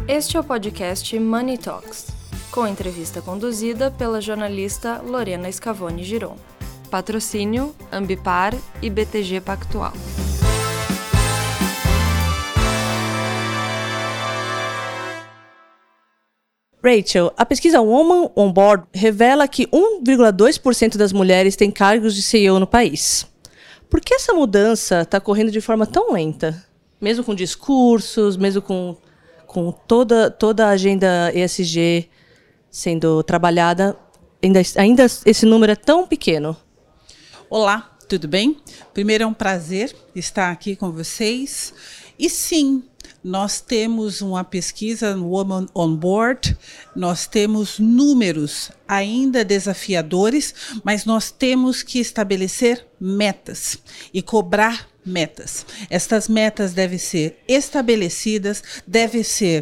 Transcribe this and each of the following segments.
Este é o podcast Money Talks, com entrevista conduzida pela jornalista Lorena Scavone Giron. Patrocínio Ambipar e BTG Pactual. Rachel, a pesquisa Women on Board revela que 1,2% das mulheres têm cargos de CEO no país. Por que essa mudança está correndo de forma tão lenta? Mesmo com discursos, mesmo com toda a agenda ESG sendo trabalhada, ainda esse número é tão pequeno. Olá, tudo bem? Primeiro é um prazer estar aqui com vocês. E sim, nós temos uma pesquisa no Women on Board, nós temos números ainda desafiadores, mas nós temos que estabelecer metas e cobrar metas. Estas metas devem ser estabelecidas, devem ser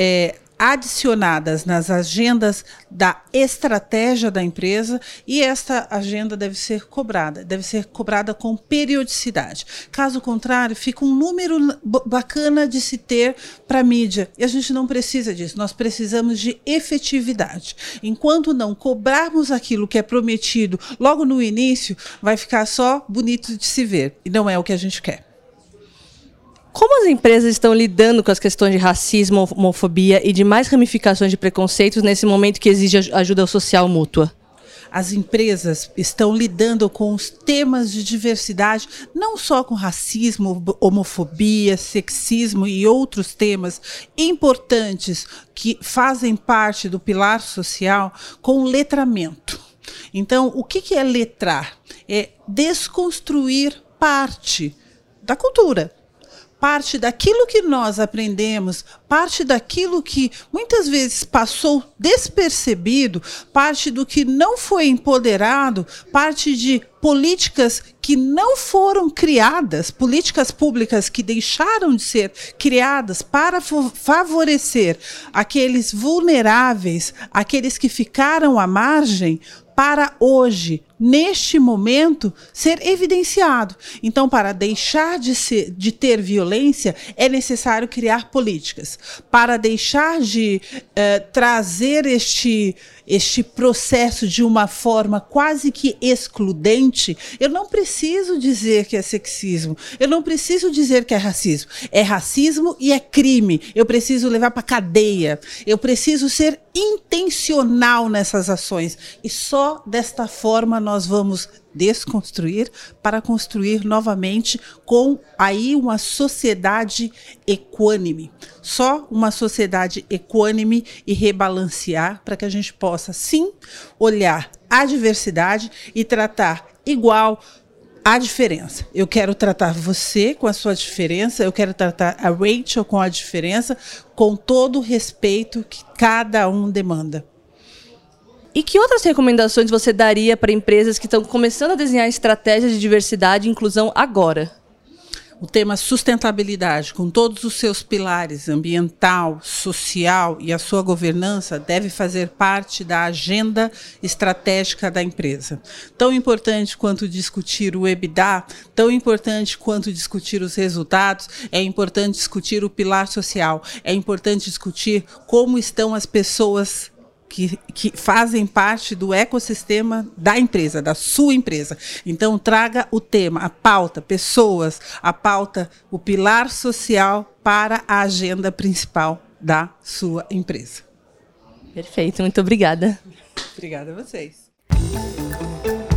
adicionadas nas agendas da estratégia da empresa, e esta agenda deve ser cobrada com periodicidade. Caso contrário, fica um número bacana de se ter para a mídia, e a gente não precisa disso, nós precisamos de efetividade. Enquanto não cobrarmos aquilo que é prometido logo no início, vai ficar só bonito de se ver, e não é o que a gente quer. Como as empresas estão lidando com as questões de racismo, homofobia e demais ramificações de preconceitos nesse momento que exige ajuda social mútua? As empresas estão lidando com os temas de diversidade, não só com racismo, homofobia, sexismo e outros temas importantes que fazem parte do pilar social, com letramento. Então, o que é letrar? É desconstruir parte da cultura. Parte daquilo que nós aprendemos, parte daquilo que muitas vezes passou despercebido, parte do que não foi empoderado, parte de políticas que não foram criadas, políticas públicas que deixaram de ser criadas para favorecer aqueles vulneráveis, aqueles que ficaram à margem, para hoje, neste momento, ser evidenciado. Então, para deixar de ter violência, é necessário criar políticas. Para deixar de trazer este processo de uma forma quase que excludente, eu não preciso dizer que é sexismo, eu não preciso dizer que é racismo. É racismo e é crime. Eu preciso levar para a cadeia. Eu preciso ser intencional nessas ações. E só desta forma nós vamos desconstruir para construir novamente com aí uma sociedade equânime. Só uma sociedade equânime e rebalancear para que a gente possa, sim, olhar a diversidade e tratar igual a diferença. Eu quero tratar você com a sua diferença, eu quero tratar a Rachel com a diferença, com todo o respeito que cada um demanda. E que outras recomendações você daria para empresas que estão começando a desenhar estratégias de diversidade e inclusão agora? O tema sustentabilidade, com todos os seus pilares, ambiental, social e a sua governança, deve fazer parte da agenda estratégica da empresa. Tão importante quanto discutir o EBITDA, tão importante quanto discutir os resultados, é importante discutir o pilar social, é importante discutir como estão as pessoas que fazem parte do ecossistema da empresa, da sua empresa. Então, traga o tema, a pauta, pessoas, a pauta, o pilar social para a agenda principal da sua empresa. Perfeito, muito obrigada. Obrigada a vocês.